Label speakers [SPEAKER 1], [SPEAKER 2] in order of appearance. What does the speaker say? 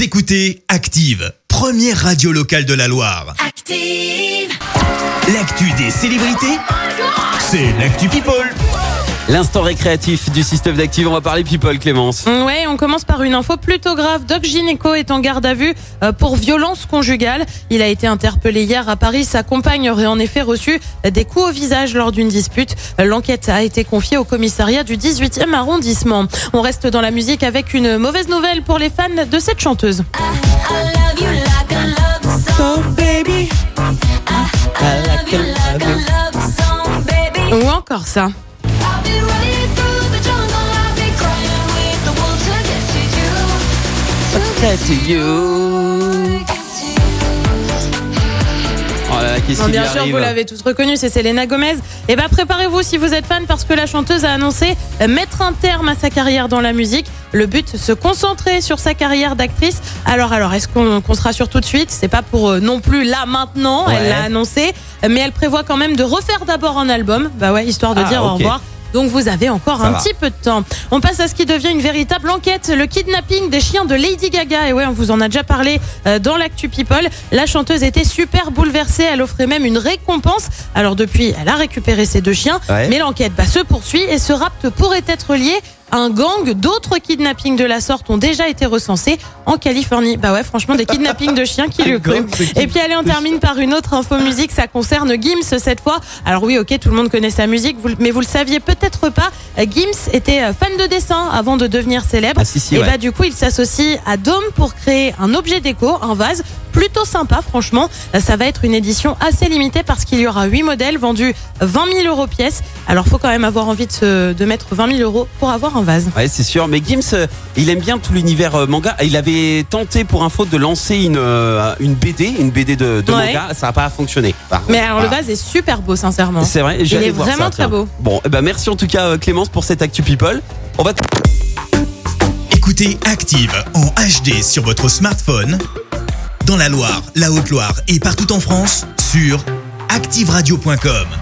[SPEAKER 1] Vous écoutez Active, première radio locale de la Loire.
[SPEAKER 2] Active.
[SPEAKER 1] L'actu des célébrités, c'est l'actu People.
[SPEAKER 3] L'instant récréatif du système d'Active, on va parler people, Clémence.
[SPEAKER 4] Ouais, on commence par une info plutôt grave. Doc Gynéco est en garde à vue pour violence conjugale. Il a été interpellé hier à Paris. Sa compagne aurait en effet reçu des coups au visage lors d'une dispute. L'enquête a été confiée au commissariat du 18e arrondissement. On reste dans la musique avec une mauvaise nouvelle pour les fans de cette chanteuse. Ou encore ça. Bien sûr, vous l'avez tous reconnu, c'est Selena Gomez. Et préparez-vous si vous êtes fan, parce que la chanteuse a annoncé mettre un terme à sa carrière dans la musique. Le but, se concentrer sur sa carrière d'actrice. Alors, est-ce qu'on se rassure tout de suite? C'est pas pour non plus là maintenant, ouais. Elle l'a annoncé, mais elle prévoit quand même de refaire d'abord un album. Histoire de dire au revoir. Donc vous avez encore un petit peu de temps. On passe à ce qui devient une véritable enquête, le kidnapping des chiens de Lady Gaga. Et ouais, on vous en a déjà parlé dans l'actu People. La chanteuse était super bouleversée, elle offrait même une récompense. Alors depuis, elle a récupéré ses 2 chiens, mais l'enquête se poursuit et ce rapt pourrait être lié à un gang. D'autres kidnappings de la sorte ont déjà été recensés en Californie. Franchement, des kidnappings de chiens, qui le cru. Et puis allez, on termine par une autre info musique, ça concerne Gims cette fois. Alors oui, ok, tout le monde connaît sa musique, mais vous le saviez peut-être pas, Gims était fan de dessin avant de devenir célèbre. Et du coup, il s'associe à Dome pour créer un objet déco, un vase, plutôt sympa franchement. Ça va être une édition assez limitée parce qu'il y aura 8 modèles vendus 20 000 € pièce. Alors faut quand même avoir envie de mettre 20 000 € pour avoir un vase. Ouais, c'est sûr, mais Gims, il aime bien tout l'univers manga. Il avait tenté pour info de lancer une BD de manga, ça n'a pas fonctionné. Mais alors le vase est super beau, sincèrement.
[SPEAKER 3] C'est vrai,
[SPEAKER 4] il est vraiment très beau.
[SPEAKER 3] Bon, merci en tout cas Clémence pour cette Actu People. On va
[SPEAKER 1] écoutez Active en HD sur votre smartphone, dans la Loire, la Haute-Loire et partout en France, sur activeradio.com.